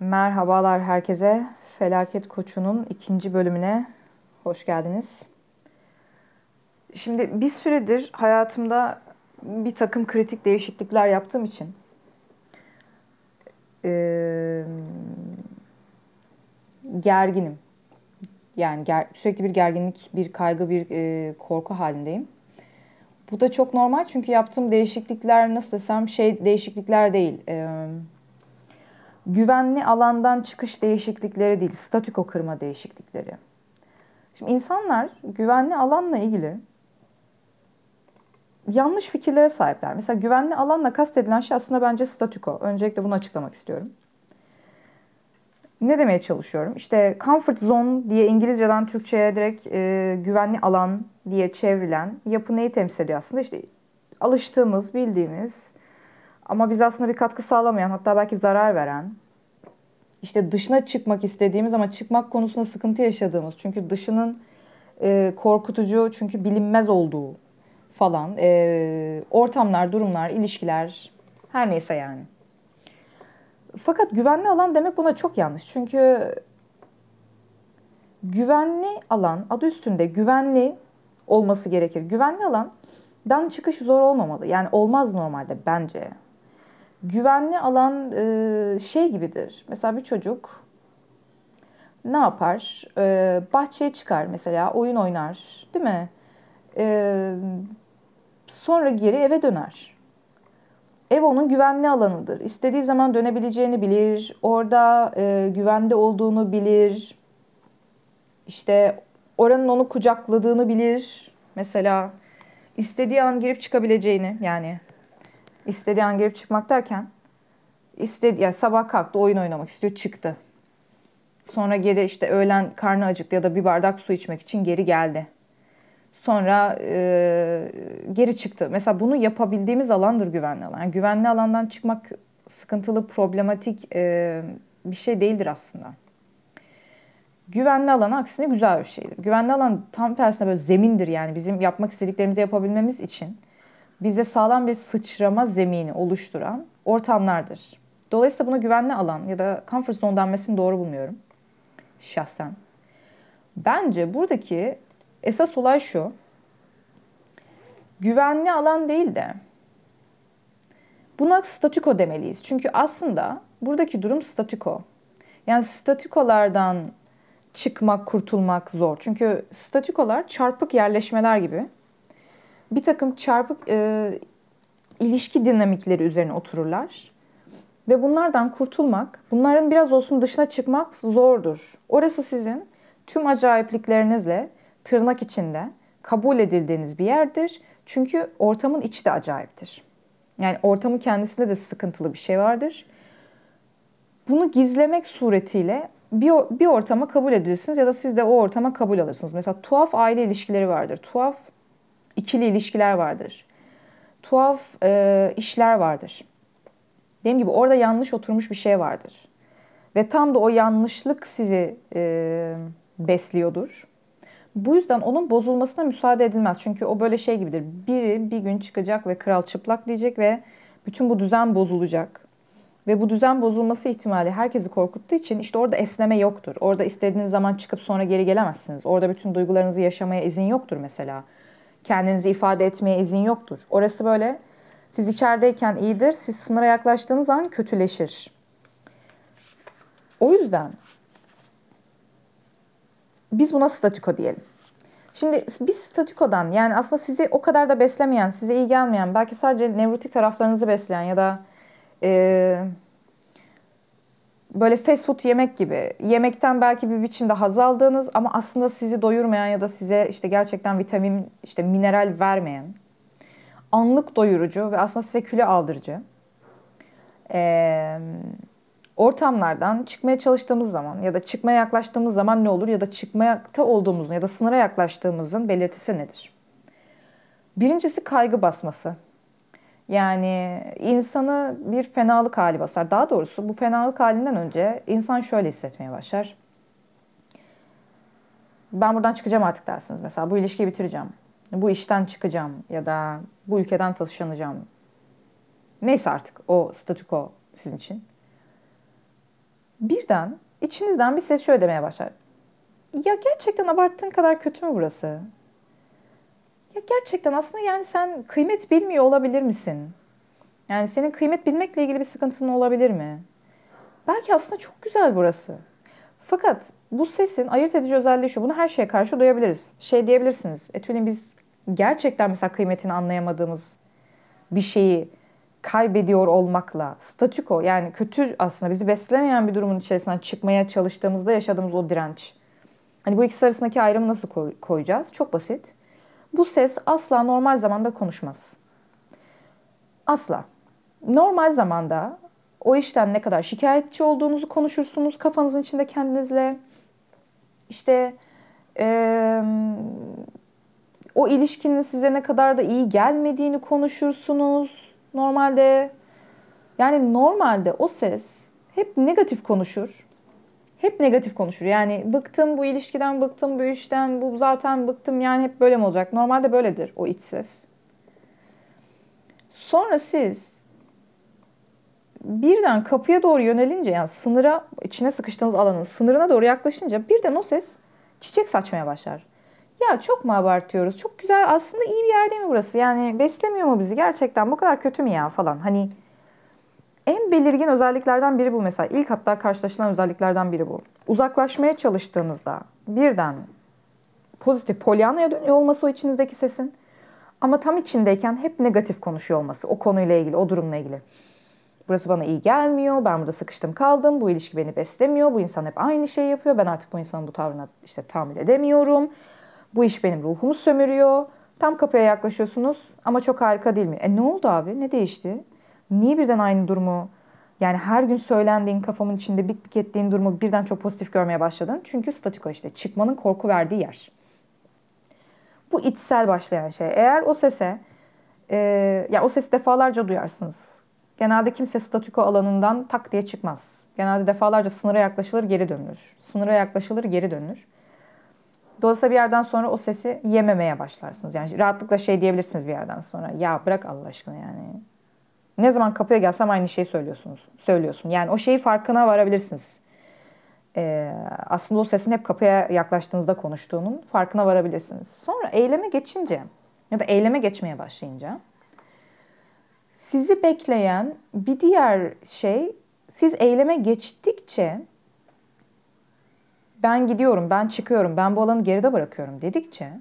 Merhabalar herkese. Felaket Koçu'nun ikinci bölümüne hoş geldiniz. Şimdi bir süredir hayatımda bir takım kritik değişiklikler yaptığım için eee, gerginim. Yani sürekli bir gerginlik, bir kaygı, bir korku halindeyim. Bu da çok normal çünkü yaptığım değişiklikler nasıl desem değişiklikler değil. Güvenli alandan çıkış değişiklikleri değil, statüko kırma değişiklikleri. Şimdi insanlar güvenli alanla ilgili yanlış fikirlere sahipler. Mesela güvenli alanla kastedilen şey aslında bence statüko. Öncelikle bunu açıklamak istiyorum. Ne demeye çalışıyorum? İşte comfort zone diye İngilizceden Türkçe'ye direkt güvenli alan diye çevrilen yapı neyi temsil ediyor aslında? İşte alıştığımız, bildiğimiz ama bize aslında bir katkı sağlamayan, hatta belki zarar veren, işte dışına çıkmak istediğimiz ama çıkmak konusunda sıkıntı yaşadığımız. Çünkü dışının korkutucu, çünkü bilinmez olduğu falan. Ortamlar, durumlar, ilişkiler, her neyse yani. Fakat güvenli alan demek buna çok yanlış. Çünkü güvenli alan adı üstünde güvenli olması gerekir. Güvenli alandan çıkış zor olmamalı. Yani olmaz normalde bence. Güvenli alan şey gibidir. Mesela bir çocuk ne yapar? Bahçeye çıkar mesela, oyun oynar, değil mi? Ee, Sonra geri eve döner. Ev onun güvenli alanıdır. İstediği zaman dönebileceğini bilir. Orada güvende olduğunu bilir. İşte oranın onu kucakladığını bilir. Mesela istediği an girip çıkabileceğini, yani istediği an girip çıkmak derken yani sabah kalktı, oyun oynamak istiyor, çıktı. Sonra geri işte öğlen karnı acıktı ya da bir bardak su içmek için geri geldi. Sonra geri çıktı. Mesela bunu yapabildiğimiz alandır güvenli alan. Yani güvenli alandan çıkmak sıkıntılı, problematik bir şey değildir aslında. Güvenli alan aksine güzel bir şeydir. Güvenli alan tam tersine böyle zemindir, yani bizim yapmak istediklerimizi yapabilmemiz için bize sağlam bir sıçrama zemini oluşturan ortamlardır. Dolayısıyla buna güvenli alan ya da comfort zone denmesini doğru bulmuyorum şahsen. Bence buradaki esas olay şu: güvenli alan değil de buna statüko demeliyiz. Çünkü aslında buradaki durum statüko. Yani statükolardan çıkmak, kurtulmak zor. Çünkü statükolar çarpık yerleşmeler gibi bir takım çarpık ilişki dinamikleri üzerine otururlar. Ve bunlardan kurtulmak, bunların biraz olsun dışına çıkmak zordur. Orası sizin tüm acayipliklerinizle tırnak içinde kabul edildiğiniz bir yerdir. Çünkü ortamın içi de acayiptir. Yani ortamın kendisinde de sıkıntılı bir şey vardır. Bunu gizlemek suretiyle bir ortama kabul edilirsiniz ya da siz de o ortama kabul alırsınız. Mesela tuhaf aile ilişkileri vardır. Tuhaf ikili ilişkiler vardır. Tuhaf işler vardır. Dediğim gibi orada yanlış oturmuş bir şey vardır. Ve tam da o yanlışlık sizi besliyordur. Bu yüzden onun bozulmasına müsaade edilmez. Çünkü o böyle şey gibidir. Biri bir gün çıkacak ve kral çıplak diyecek ve bütün bu düzen bozulacak. Ve bu düzen bozulması ihtimali herkesi korkuttuğu için işte orada esneme yoktur. Orada istediğiniz zaman çıkıp sonra geri gelemezsiniz. Orada bütün duygularınızı yaşamaya izin yoktur mesela. Kendinizi ifade etmeye izin yoktur. Orası böyle, siz içerideyken iyidir, siz sınıra yaklaştığınız an kötüleşir. O yüzden biz buna statüko diyelim. Şimdi biz statükodan, yani aslında sizi o kadar da beslemeyen, size iyi gelmeyen, belki sadece nevrotik taraflarınızı besleyen ya da e, böyle fast food yemek gibi yemekten belki bir biçimde haz aldığınız ama aslında sizi doyurmayan ya da size işte gerçekten vitamin, işte mineral vermeyen, anlık doyurucu ve aslında size kilo aldırıcı e, ortamlardan çıkmaya çalıştığımız zaman ya da çıkmaya yaklaştığımız zaman ne olur, ya da çıkmakta olduğumuzun ya da sınıra yaklaştığımızın belirtisi nedir? Birincisi kaygı basması. Yani insanı bir fenalık hali basar. Daha doğrusu bu fenalık halinden önce insan şöyle hissetmeye başlar: ben buradan çıkacağım artık dersiniz. Mesela bu ilişkiyi bitireceğim. Bu işten çıkacağım ya da bu ülkeden taşınacağım. Neyse artık o statüko sizin için. Birden içinizden bir ses şöyle demeye başlar. Ya gerçekten abarttığın kadar kötü mü burası? Ya gerçekten aslında yani sen kıymet bilmiyor olabilir misin? Yani senin kıymet bilmekle ilgili bir sıkıntın olabilir mi? Belki aslında çok güzel burası. Fakat bu sesin ayırt edici özelliği şu. Bunu her şeye karşı duyabiliriz. Şey diyebilirsiniz. Tülin biz gerçekten mesela kıymetini anlayamadığımız bir şeyi kaybediyor olmakla statüko yani kötü aslında bizi beslemeyen bir durumun içerisinden çıkmaya çalıştığımızda yaşadığımız o direnç. Hani bu ikisi arasındaki ayrımı nasıl koyacağız? Çok basit. Bu ses asla normal zamanda konuşmaz. Asla. Normal zamanda o işten ne kadar şikayetçi olduğunuzu konuşursunuz kafanızın içinde kendinizle. İşte eee, o ilişkinin size ne kadar da iyi gelmediğini konuşursunuz. Normalde yani normalde o ses hep negatif konuşur. Hep negatif konuşur. Yani bıktım bu ilişkiden, bıktım bu işten, bu zaten bıktım yani hep böyle mi olacak? Normalde böyledir o iç ses. Sonra siz birden kapıya doğru yönelince yani sınıra içine sıkıştığınız alanın sınırına doğru yaklaşınca birden o ses çiçek saçmaya başlar. Ya çok mu abartıyoruz? Çok güzel aslında iyi bir yer değil mi burası? Yani beslemiyor mu bizi? Gerçekten bu kadar kötü mü ya falan. Hani en belirgin özelliklerden biri bu mesela. İlk hatta karşılaşılan özelliklerden biri bu. Uzaklaşmaya çalıştığınızda birden pozitif polyanaya dönüyor olması o içinizdeki sesin. Ama tam içindeyken hep negatif konuşuyor olması o konuyla ilgili, o durumla ilgili. Burası bana iyi gelmiyor, ben burada sıkıştım kaldım, bu ilişki beni beslemiyor, bu insan hep aynı şeyi yapıyor, ben artık bu insanın bu tavrına işte tahammül edemiyorum. Bu iş benim ruhumu sömürüyor. Tam kapıya yaklaşıyorsunuz ama çok harika değil mi? Ne oldu abi? Ne değişti? Niye birden aynı durumu yani her gün söylendiğin kafamın içinde bit bit ettiğin durumu birden çok pozitif görmeye başladın? Çünkü statiko işte çıkmanın korku verdiği yer. Bu içsel başlayan şey. Eğer o sese e, ya o sesi defalarca duyarsınız. Genelde kimse statüko alanından tak diye çıkmaz. Genelde defalarca sınıra yaklaşılır, geri dönülür. Sınıra yaklaşılır, geri dönülür. Dolayısıyla bir yerden sonra o sesi yememeye başlarsınız. Yani rahatlıkla şey diyebilirsiniz bir yerden sonra. Ya bırak Allah aşkına yani. Ne zaman kapıya gelsem aynı şeyi söylüyorsun. Yani o şeyi farkına varabilirsiniz. Aslında o sesin hep kapıya yaklaştığınızda konuştuğunun farkına varabilirsiniz. Sonra eyleme geçince ya da eyleme geçmeye başlayınca sizi bekleyen bir diğer şey siz eyleme geçtikçe ben gidiyorum, ben çıkıyorum, ben bu alanı geride bırakıyorum dedikçe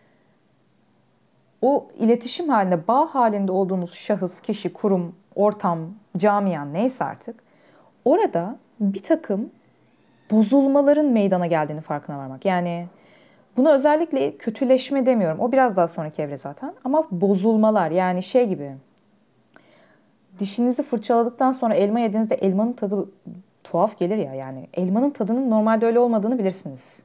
o iletişim halinde, bağ halinde olduğunuz şahıs, kişi, kurum, ortam, camia neyse artık orada bir takım bozulmaların meydana geldiğini farkına varmak. Yani buna özellikle kötüleşme demiyorum. O biraz daha sonraki evre zaten. Ama bozulmalar yani şey gibi. Dişinizi fırçaladıktan sonra elma yediğinizde elmanın tadı tuhaf gelir ya yani. Elmanın tadının normalde öyle olmadığını bilirsiniz.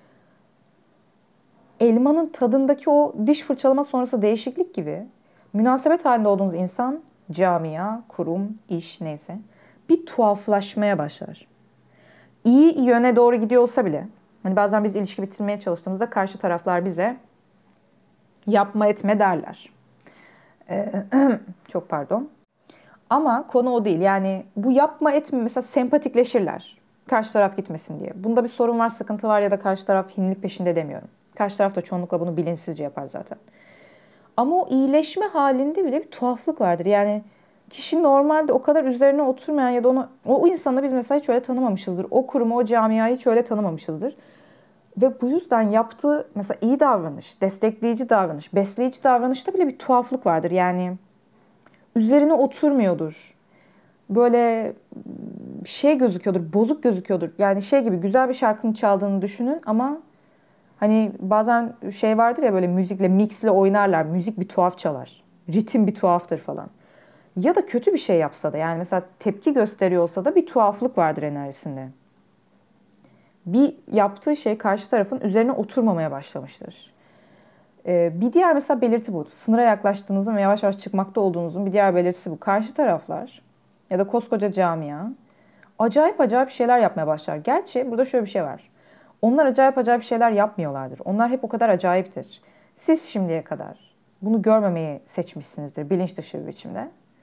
Elmanın tadındaki o diş fırçalama sonrası değişiklik gibi münasebet halinde olduğunuz insan, camia, kurum, iş neyse bir tuhaflaşmaya başlar. İyi yöne doğru gidiyor olsa bile hani bazen biz ilişki bitirmeye çalıştığımızda karşı taraflar bize yapma etme derler. Ee, çok pardon. Ama konu o değil. Yani bu yapma etme mesela sempatikleşirler. Karşı taraf gitmesin diye. Bunda bir sorun var, sıkıntı var ya da karşı taraf hinlik peşinde demiyorum. Karşı taraf da çoğunlukla bunu bilinçsizce yapar zaten. Ama o iyileşme halinde bile bir tuhaflık vardır. Yani kişi normalde o kadar üzerine oturmayan ya da onu, o insanı biz mesela hiç öyle tanımamışızdır. O kurumu, o camiayı hiç öyle tanımamışızdır. Ve bu yüzden yaptığı mesela iyi davranış, destekleyici davranış, besleyici davranışta bile bir tuhaflık vardır. Yani üzerine oturmuyordur. Böyle şey gözüküyordur, bozuk gözüküyordur. Yani şey gibi güzel bir şarkının çaldığını düşünün ama hani bazen şey vardır ya böyle müzikle, mixle oynarlar. Müzik bir tuhaf çalar. Ritim bir tuhaftır falan. Ya da kötü bir şey yapsa da yani mesela tepki gösteriyor olsa da bir tuhaflık vardır enerjisinde. Bir yaptığı şey karşı tarafın üzerine oturmamaya başlamıştır. Bir diğer mesela belirti bu. Sınıra yaklaştığınızın ve yavaş yavaş çıkmakta olduğunuzun bir diğer belirtisi bu. Karşı taraflar ya da koskoca camia acayip acayip şeyler yapmaya başlar. Gerçi burada şöyle bir şey var. Onlar acayip acayip şeyler yapmıyorlardır. Onlar hep o kadar acayiptir. Siz şimdiye kadar bunu görmemeyi seçmişsinizdir bilinç dışı bir biçimde.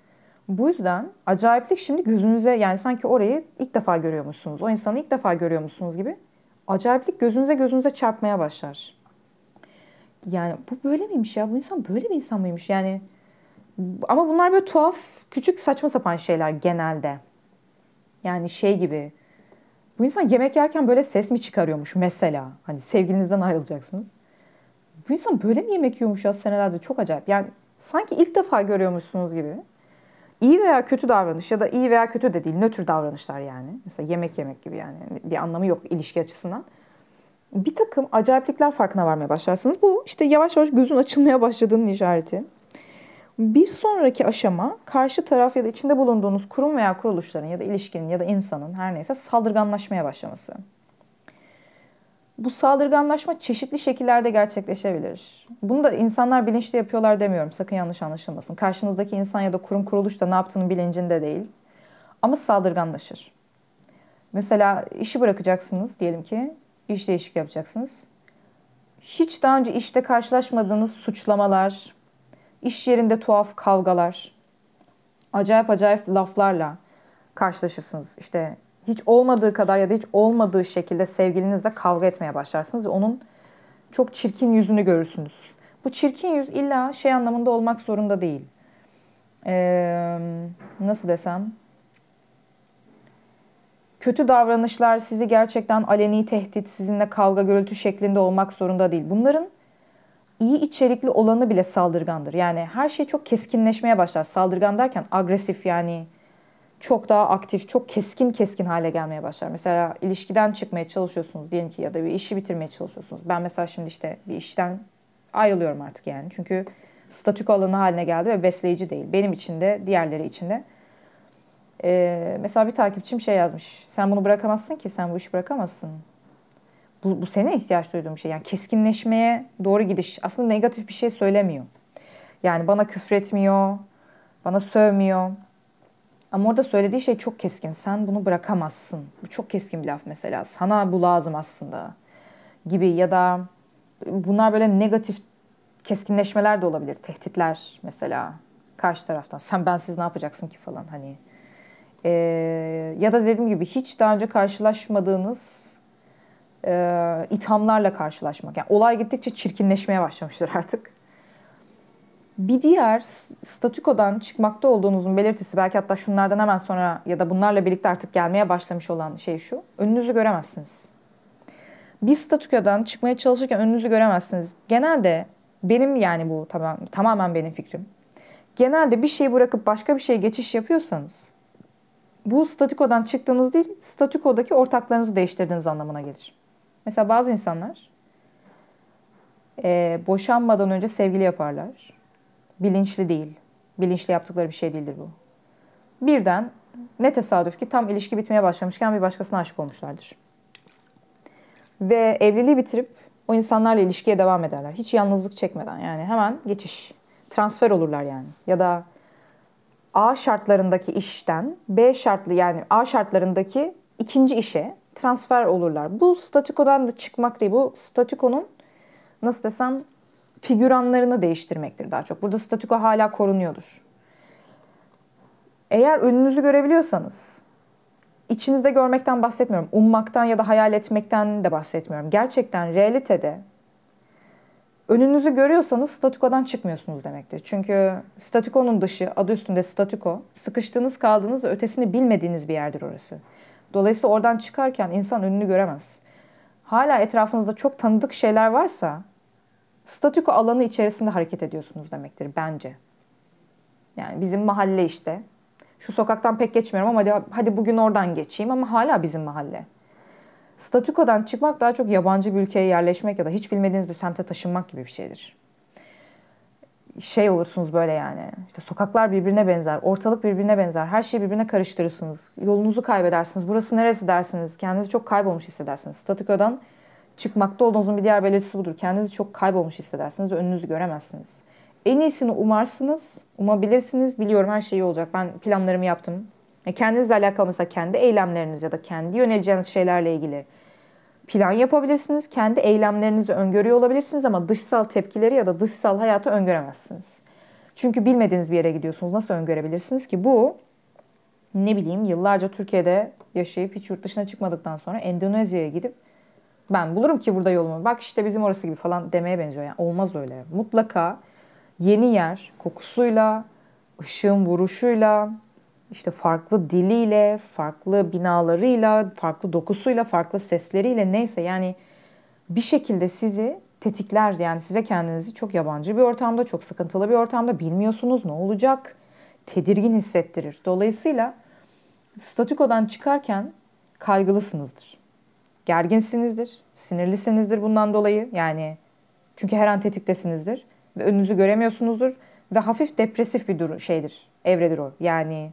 Bu yüzden acayiplik şimdi gözünüze, yani sanki orayı ilk defa görüyormuşsunuz. O insanı ilk defa görüyormuşsunuz gibi. Acayiplik gözünüze çarpmaya başlar. Yani bu böyle miymiş ya? Bu insan böyle bir insan mıymış? Yani ama bunlar böyle tuhaf, küçük, saçma sapan şeyler genelde. Yani şey gibi. Bu insan yemek yerken böyle ses mi çıkarıyormuş mesela? Hani sevgilinizden ayrılacaksınız. Bu insan böyle mi yemek yiyormuş ya senelerdir? Çok acayip. Yani sanki ilk defa görüyormuşsunuz gibi. İyi veya kötü davranış ya da iyi veya kötü de değil, nötr davranışlar yani. Mesela yemek yemek gibi yani. Bir anlamı yok ilişki açısından. Bir takım acayiplikler farkına varmaya başlarsınız. Bu işte yavaş yavaş gözün açılmaya başladığının işareti. Bir sonraki aşama karşı taraf ya da içinde bulunduğunuz kurum veya kuruluşların ya da ilişkinin ya da insanın her neyse saldırganlaşmaya başlaması. Bu saldırganlaşma çeşitli şekillerde gerçekleşebilir. Bunu da insanlar bilinçli yapıyorlar demiyorum. Sakın yanlış anlaşılmasın. Karşınızdaki insan ya da kurum kuruluş da ne yaptığının bilincinde değil. Ama saldırganlaşır. Mesela işi bırakacaksınız diyelim ki. İş değişikliği yapacaksınız. Hiç daha önce işte karşılaşmadığınız suçlamalar, iş yerinde tuhaf kavgalar, acayip acayip laflarla karşılaşırsınız. İşte hiç olmadığı kadar ya da hiç olmadığı şekilde sevgilinizle kavga etmeye başlarsınız ve onun çok çirkin yüzünü görürsünüz. Bu çirkin yüz illa şey anlamında olmak zorunda değil. Nasıl desem? Kötü davranışlar sizi gerçekten aleni tehdit, sizinle kavga gürültü şeklinde olmak zorunda değil. Bunların iyi içerikli olanı bile saldırgandır. Yani her şey çok keskinleşmeye başlar. Saldırgan derken agresif, yani çok daha aktif, çok keskin keskin hale gelmeye başlar. Mesela ilişkiden çıkmaya çalışıyorsunuz diyelim ki ya da bir işi bitirmeye çalışıyorsunuz. Ben mesela şimdi işte bir işten ayrılıyorum artık yani. Çünkü statüko alanı haline geldi ve besleyici değil. Benim için de diğerleri için de. Mesela bir takipçim şey yazmış. Sen bunu bırakamazsın ki, sen bu işi bırakamazsın. Bu senin ihtiyaç duyduğum şey. Yani keskinleşmeye doğru gidiş. Aslında negatif bir şey söylemiyor. Yani bana küfretmiyor, bana sövmüyor. Ama orada söylediği şey çok keskin. Sen bunu bırakamazsın. Bu çok keskin bir laf mesela. Sana bu lazım aslında gibi, ya da bunlar böyle negatif keskinleşmeler de olabilir. Tehditler mesela karşı taraftan. Sen bensiz ne yapacaksın ki falan hani. Ya da dediğim gibi hiç daha önce karşılaşmadığınız ithamlarla karşılaşmak. Yani olay gittikçe çirkinleşmeye başlamıştır artık. Bir diğer statükodan çıkmakta olduğunuzun belirtisi, belki hatta şunlardan hemen sonra ya da bunlarla birlikte artık gelmeye başlamış olan şey şu: önünüzü göremezsiniz. Bir statükodan çıkmaya çalışırken önünüzü göremezsiniz. Genelde benim, yani bu tamamen benim fikrim. Genelde bir şeyi bırakıp başka bir şeye geçiş yapıyorsanız bu statükodan çıktığınız değil, statükodaki ortaklarınızı değiştirdiğiniz anlamına gelir. Mesela bazı insanlar boşanmadan önce sevgili yaparlar. Bilinçli değil. Bilinçli yaptıkları bir şey değildir bu. Birden ne tesadüf ki tam ilişki bitmeye başlamışken bir başkasına aşık olmuşlardır. Ve evliliği bitirip o insanlarla ilişkiye devam ederler. Hiç yalnızlık çekmeden, yani hemen geçiş. Transfer olurlar yani. Ya da A şartlarındaki işten B şartlı, yani A şartlarındaki ikinci işe transfer olurlar. Bu statükodan da çıkmak değil. Bu statükonun, nasıl desem, figüranlarını değiştirmektir daha çok. Burada statüko hala korunuyordur. Eğer önünüzü görebiliyorsanız, içinizde görmekten bahsetmiyorum. Ummaktan ya da hayal etmekten de bahsetmiyorum. Gerçekten realitede önünüzü görüyorsanız statükodan çıkmıyorsunuz demektir. Çünkü statükonun dışı, adı üstünde statüko, sıkıştığınız, kaldığınız ve ötesini bilmediğiniz bir yerdir orası. Dolayısıyla oradan çıkarken insan önünü göremez. Hala etrafınızda çok tanıdık şeyler varsa statüko alanı içerisinde hareket ediyorsunuz demektir bence. Yani bizim mahalle işte. Şu sokaktan pek geçmiyorum ama hadi bugün oradan geçeyim, ama hala bizim mahalle. Statükodan çıkmak daha çok yabancı bir ülkeye yerleşmek ya da hiç bilmediğiniz bir semte taşınmak gibi bir şeydir. Şey olursunuz böyle yani. İşte sokaklar birbirine benzer, ortalık birbirine benzer. Her şeyi birbirine karıştırırsınız. Yolunuzu kaybedersiniz. Burası neresi dersiniz. Kendinizi çok kaybolmuş hissedersiniz. Statükodan çıkmakta olduğunuzun bir diğer belirtisi budur. Kendinizi çok kaybolmuş hissedersiniz ve önünüzü göremezsiniz. En iyisini umarsınız, umabilirsiniz. Biliyorum her şey iyi olacak. Ben planlarımı yaptım. Kendinizle alakalı mesela kendi eylemleriniz ya da kendi yöneleceğiniz şeylerle ilgili plan yapabilirsiniz. Kendi eylemlerinizi öngörüyor olabilirsiniz ama dışsal tepkileri ya da dışsal hayatı öngöremezsiniz. Çünkü bilmediğiniz bir yere gidiyorsunuz. Nasıl öngörebilirsiniz ki? Bu ne bileyim yıllarca Türkiye'de yaşayıp hiç yurt dışına çıkmadıktan sonra Endonezya'ya gidip ben bulurum ki burada yolumu. Bak işte bizim orası gibi falan demeye benziyor. Yani olmaz öyle. Mutlaka yeni yer kokusuyla, ışığın vuruşuyla, işte farklı diliyle, farklı binalarıyla, farklı dokusuyla, farklı sesleriyle neyse yani bir şekilde sizi tetikler. Yani size kendinizi çok yabancı bir ortamda, çok sıkıntılı bir ortamda bilmiyorsunuz ne olacak, tedirgin hissettirir. Dolayısıyla statükodan çıkarken kaygılısınızdır. Gerginsinizdir, sinirlisinizdir bundan dolayı. Yani çünkü her an tetiktesinizdir ve önünüzü göremiyorsunuzdur ve hafif depresif bir şeydir, evredir o. Yani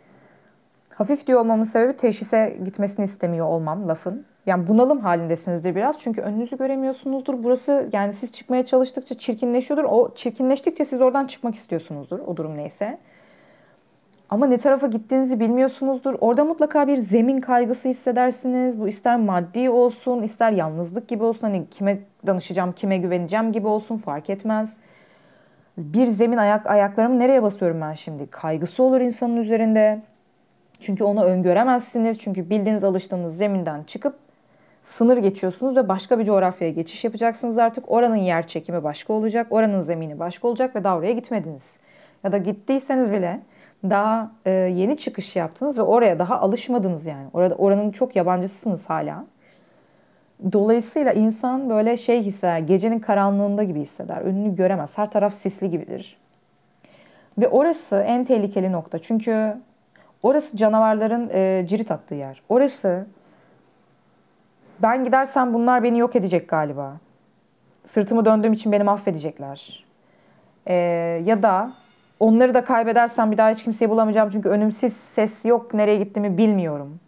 hafif diyor olmamın sebebi teşhise gitmesini istemiyor olmam lafın. Yani bunalım halindesinizdir biraz çünkü önünüzü göremiyorsunuzdur. Burası yani siz çıkmaya çalıştıkça çirkinleşiyordur. O çirkinleştikçe siz oradan çıkmak istiyorsunuzdur. O durum neyse. Ama ne tarafa gittiğinizi bilmiyorsunuzdur. Orada mutlaka bir zemin kaygısı hissedersiniz. Bu ister maddi olsun, ister yalnızlık gibi olsun. Hani kime danışacağım, kime güveneceğim gibi olsun fark etmez. Bir zemin ayaklarımı nereye basıyorum ben şimdi? Kaygısı olur insanın üzerinde. Çünkü onu öngöremezsiniz. Çünkü bildiğiniz, alıştığınız zeminden çıkıp sınır geçiyorsunuz ve başka bir coğrafyaya geçiş yapacaksınız artık. Oranın yer çekimi başka olacak, oranın zemini başka olacak ve daha oraya gitmediniz. Ya da gittiyseniz bile daha yeni çıkış yaptınız ve oraya daha alışmadınız yani. Oranın çok yabancısınız hala. Dolayısıyla insan böyle şey hisseder, gecenin karanlığında gibi hisseder. Önünü göremez, her taraf sisli gibidir. Ve orası en tehlikeli nokta. Çünkü orası canavarların cirit attığı yer. Orası ben gidersem bunlar beni yok edecek galiba. Sırtımı döndüğüm için beni mahvedecekler. Ee, Ya da onları da kaybedersem bir daha hiç kimseyi bulamayacağım. Çünkü önümsiz ses yok. Nereye gittiğimi bilmiyorum.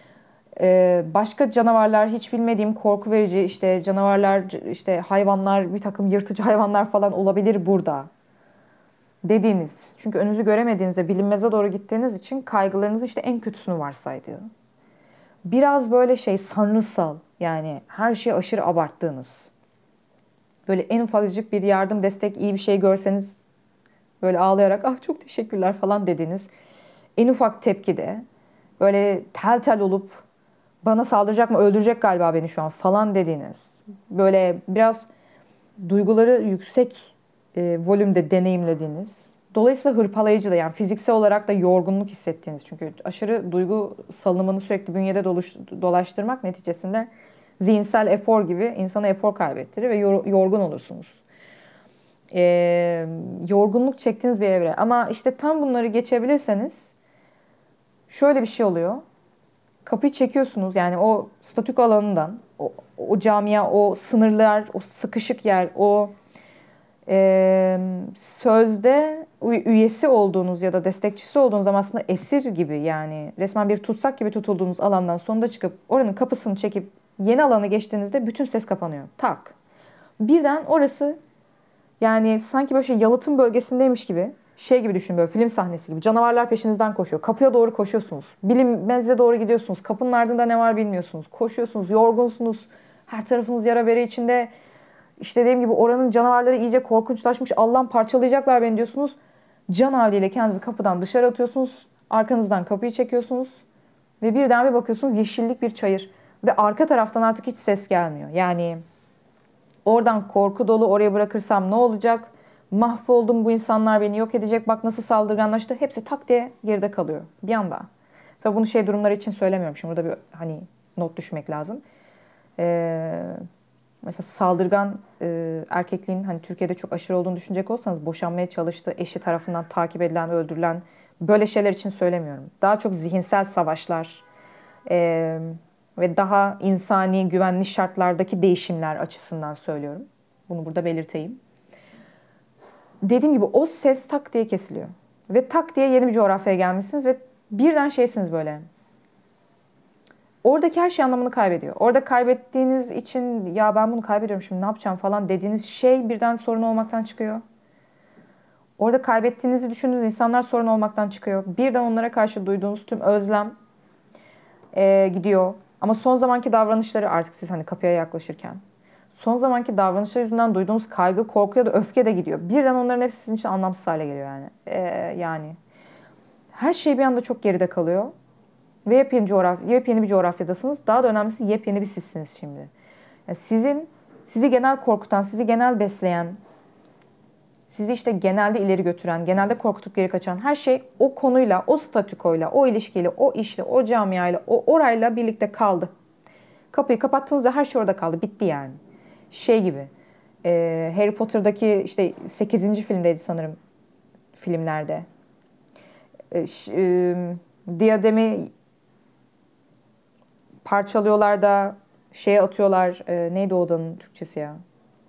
Başka canavarlar hiç bilmediğim korku verici işte canavarlar işte hayvanlar bir takım yırtıcı hayvanlar falan olabilir burada dediğiniz. Çünkü önünüzü göremediğinizde bilinmeze doğru gittiğiniz için kaygılarınızın işte en kötüsünü varsaydığı. Biraz böyle şey sanrısal yani her şeyi aşırı abarttığınız. Böyle en ufacık bir yardım, destek, iyi bir şey görseniz böyle ağlayarak ah çok teşekkürler falan dediğiniz en ufak tepkide böyle tel tel olup bana saldıracak mı öldürecek galiba beni şu an falan dediğiniz böyle biraz duyguları yüksek volümde deneyimlediğiniz dolayısıyla hırpalayıcı da yani fiziksel olarak da yorgunluk hissettiğiniz çünkü aşırı duygu salınımını sürekli bünyede dolaştırmak neticesinde zihinsel efor gibi insana efor kaybettirir ve yorgun olursunuz. Yorgunluk çektiğiniz bir evre. Ama işte tam bunları geçebilirseniz şöyle bir şey oluyor. Kapıyı çekiyorsunuz yani o statük alanından, o camia, o sınırlar, o sıkışık yer, o sözde üyesi olduğunuz ya da destekçisi olduğunuz ama aslında esir gibi yani resmen bir tutsak gibi tutulduğunuz alandan sonunda çıkıp oranın kapısını çekip yeni alanı geçtiğinizde bütün ses kapanıyor. Tak. Birden orası yani sanki böyle şey yalıtım bölgesindeymiş gibi. Şey gibi düşün böyle film sahnesi gibi. Canavarlar peşinizden koşuyor. Kapıya doğru koşuyorsunuz. Bilinmezle doğru gidiyorsunuz. Kapının ardında ne var bilmiyorsunuz. Koşuyorsunuz, yorgunsunuz. Her tarafınız yara bere içinde. İşte dediğim gibi oranın canavarları iyice korkunçlaşmış. Allah'ım parçalayacaklar beni diyorsunuz. Can havliyle kendinizi kapıdan dışarı atıyorsunuz. Arkanızdan kapıyı çekiyorsunuz. Ve birden bir bakıyorsunuz yeşillik bir çayır. Ve arka taraftan artık hiç ses gelmiyor. Yani oradan korku dolu oraya bırakırsam ne olacak? Mahvoldum bu insanlar beni yok edecek. Bak nasıl saldırganlaştı. Hepsi tak diye geride kalıyor bir anda. Tabii bunu şey durumları için söylemiyorum. Şimdi burada bir hani not düşmek lazım. Ee, Mesela saldırgan erkekliğin hani Türkiye'de çok aşırı olduğunu düşünecek olsanız boşanmaya çalıştığı eşi tarafından takip edilen, öldürülen böyle şeyler için söylemiyorum. Daha çok zihinsel savaşlar e, ve daha insani, güvenli şartlardaki değişimler açısından söylüyorum. Bunu burada belirteyim. Dediğim gibi o ses tak diye kesiliyor. Ve tak diye yeni bir coğrafyaya gelmişsiniz ve birden şeysiniz böyle. Oradaki her şey anlamını kaybediyor. Orada kaybettiğiniz için ya ben bunu kaybediyorum şimdi ne yapacağım falan dediğiniz şey birden sorun olmaktan çıkıyor. Orada kaybettiğinizi düşündüğünüz insanlar sorun olmaktan çıkıyor. Birden onlara karşı duyduğunuz tüm özlem gidiyor. Ama son zamanki davranışları artık siz hani kapıya yaklaşırken. Son zamanki davranışlar yüzünden duyduğunuz kaygı, korku ya da öfke de gidiyor. Birden onların hepsi sizin için anlamsız hale geliyor yani. Yani her şey bir anda çok geride kalıyor. Ve yepyeni bir coğrafyadasınız. Daha da önemlisi yepyeni bir sizsiniz şimdi. Yani sizi genel korkutan, sizi genel besleyen, sizi işte genelde ileri götüren, genelde korkutup geri kaçan her şey o konuyla, o statükoyla, o ilişkiyle, o işle, o camiayla, o orayla birlikte kaldı. Kapıyı kapattığınızda her şey orada kaldı. Bitti yani. Şey gibi. Harry Potter'daki işte 8. filmdeydi sanırım filmlerde. Diyademi parçalıyorlar da şeye atıyorlar. Neydi o odanın Türkçesi ya?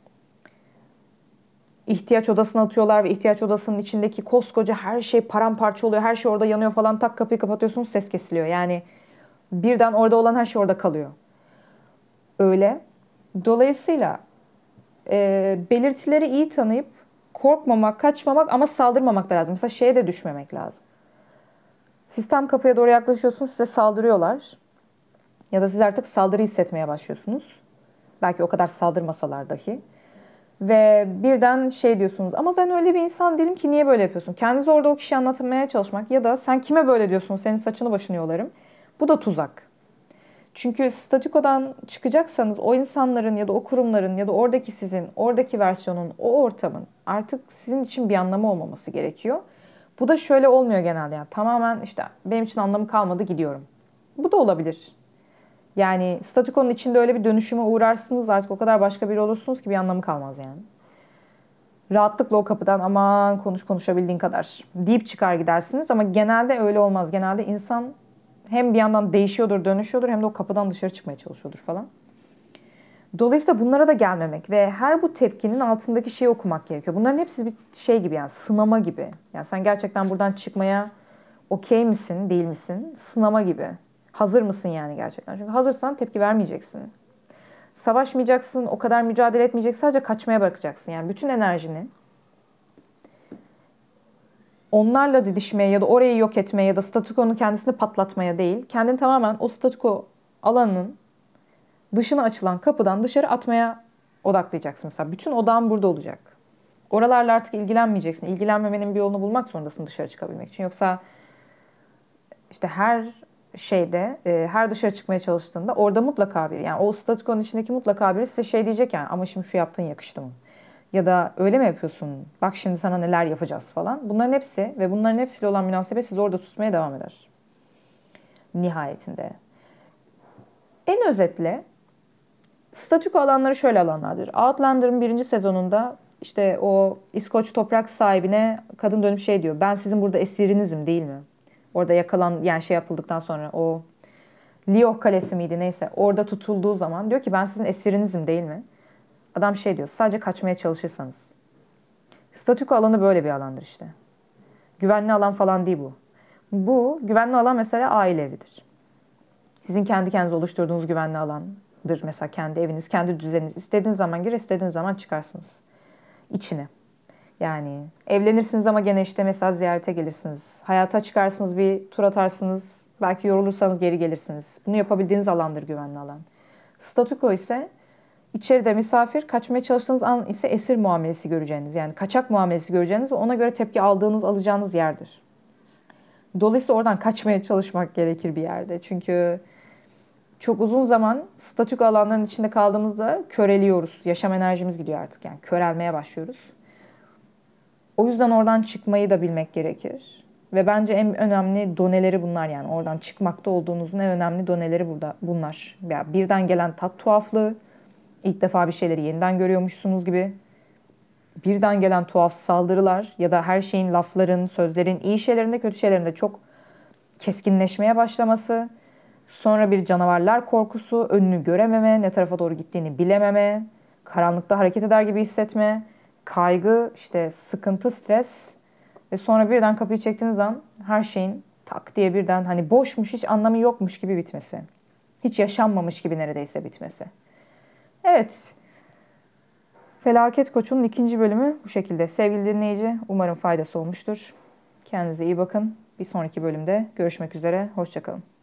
İhtiyaç odasına atıyorlar ve ihtiyaç odasının içindeki koskoca her şey paramparça oluyor. Her şey orada yanıyor falan. Tak kapıyı kapatıyorsunuz, ses kesiliyor. Yani birden orada olan her şey orada kalıyor. Öyle. Dolayısıyla belirtileri iyi tanıyıp korkmamak, kaçmamak ama saldırmamak da lazım. Mesela şeye de düşmemek lazım. Sistem kapıya doğru yaklaşıyorsunuz, size saldırıyorlar. Ya da siz artık saldırı hissetmeye başlıyorsunuz. Belki o kadar saldırmasalar dahi. Ve birden şey diyorsunuz ama ben öyle bir insan değilim ki niye böyle yapıyorsun? Kendinizi orada o kişiye anlatmaya çalışmak ya da sen kime böyle diyorsun senin saçını başını yolarım. Bu da tuzak. Çünkü statükodan çıkacaksanız o insanların ya da o kurumların ya da oradaki sizin, oradaki versiyonun, o ortamın artık sizin için bir anlamı olmaması gerekiyor. Bu da şöyle olmuyor genelde yani tamamen işte benim için anlamı kalmadı gidiyorum. Bu da olabilir. Yani statükonun içinde öyle bir dönüşüme uğrarsınız artık o kadar başka biri olursunuz ki bir anlamı kalmaz yani. Rahatlıkla o kapıdan aman konuşabildiğin kadar deyip çıkar gidersiniz ama genelde öyle olmaz. Genelde insan hem bir yandan değişiyordur, dönüşüyordur hem de o kapıdan dışarı çıkmaya çalışıyordur falan. Dolayısıyla bunlara da gelmemek ve her bu tepkinin altındaki şeyi okumak gerekiyor. Bunların hepsi bir şey gibi yani sınama gibi. Yani sen gerçekten buradan çıkmaya okey misin, değil misin? Sınama gibi. Hazır mısın yani gerçekten? Çünkü hazırsan tepki vermeyeceksin. Savaşmayacaksın, o kadar mücadele etmeyeceksin, sadece kaçmaya bırakacaksın. Yani bütün enerjini onlarla didişmeye ya da orayı yok etmeye ya da statükonun kendisini patlatmaya değil, kendini tamamen o statüko alanının dışına açılan kapıdan dışarı atmaya odaklayacaksın mesela. Bütün odağın burada olacak. Oralarla artık ilgilenmeyeceksin. İlgilenmemenin bir yolunu bulmak zorundasın dışarı çıkabilmek için. Yoksa işte her şeyde, her dışarı çıkmaya çalıştığında orada mutlaka biri, yani o statükonun içindeki mutlaka biri size şey diyecek yani ama şimdi şu yaptığın yakıştı mı? Ya da öyle mi yapıyorsun? Bak şimdi sana neler yapacağız falan. Bunların hepsi ve bunların hepsiyle olan münasebet sizi orada tutmaya devam eder. Nihayetinde. En özetle statüko alanları şöyle alanlardır. Outlander'ın 1. sezonunda işte o İskoç toprak sahibine kadın dönüp şey diyor. Ben sizin burada esirinizim değil mi? Orada yani şey yapıldıktan sonra o Lioh Kalesi miydi neyse orada tutulduğu zaman diyor ki ben sizin esirinizim değil mi? Adam şey diyor sadece kaçmaya çalışırsanız. Statüko alanı böyle bir alandır işte. Güvenli alan falan değil bu. Bu güvenli alan mesela aile evidir. Sizin kendi kendinize oluşturduğunuz güvenli alandır. Mesela kendi eviniz, kendi düzeniniz. İstediğiniz zaman girer, istediğiniz zaman çıkarsınız. İçine. Yani evlenirsiniz ama gene işte mesela ziyarete gelirsiniz. Hayata çıkarsınız, bir tur atarsınız. Belki yorulursanız geri gelirsiniz. Bunu yapabildiğiniz alandır güvenli alan. Statüko ise içeride misafir, kaçmaya çalıştığınız an ise esir muamelesi göreceğiniz. Yani kaçak muamelesi göreceğiniz ve ona göre tepki alacağınız yerdir. Dolayısıyla oradan kaçmaya çalışmak gerekir bir yerde. Çünkü çok uzun zaman statük alanların içinde kaldığımızda köreliyoruz. Yaşam enerjimiz gidiyor artık yani körelmeye başlıyoruz. O yüzden oradan çıkmayı da bilmek gerekir. Ve bence en önemli doneleri bunlar yani. Oradan çıkmakta olduğunuzun en önemli doneleri bunlar. Ya birden gelen tat tuhaflığı, ilk defa bir şeyleri yeniden görüyormuşsunuz gibi. Birden gelen tuhaf saldırılar ya da her şeyin, lafların, sözlerin, iyi şeylerinde, kötü şeylerinde çok keskinleşmeye başlaması. Sonra bir canavarlar korkusu, önünü görememe, ne tarafa doğru gittiğini bilememe, karanlıkta hareket eder gibi hissetme, kaygı, işte sıkıntı, stres ve sonra birden kapıyı çektiğiniz an her şeyin tak diye birden hani boşmuş, hiç anlamı yokmuş gibi bitmesi. Hiç yaşanmamış gibi neredeyse bitmesi. Evet, Felaket Koç'un 2. bölümü bu şekilde. Sevgili dinleyici, umarım faydası olmuştur. Kendinize iyi bakın. Bir sonraki bölümde görüşmek üzere. Hoşça kalın.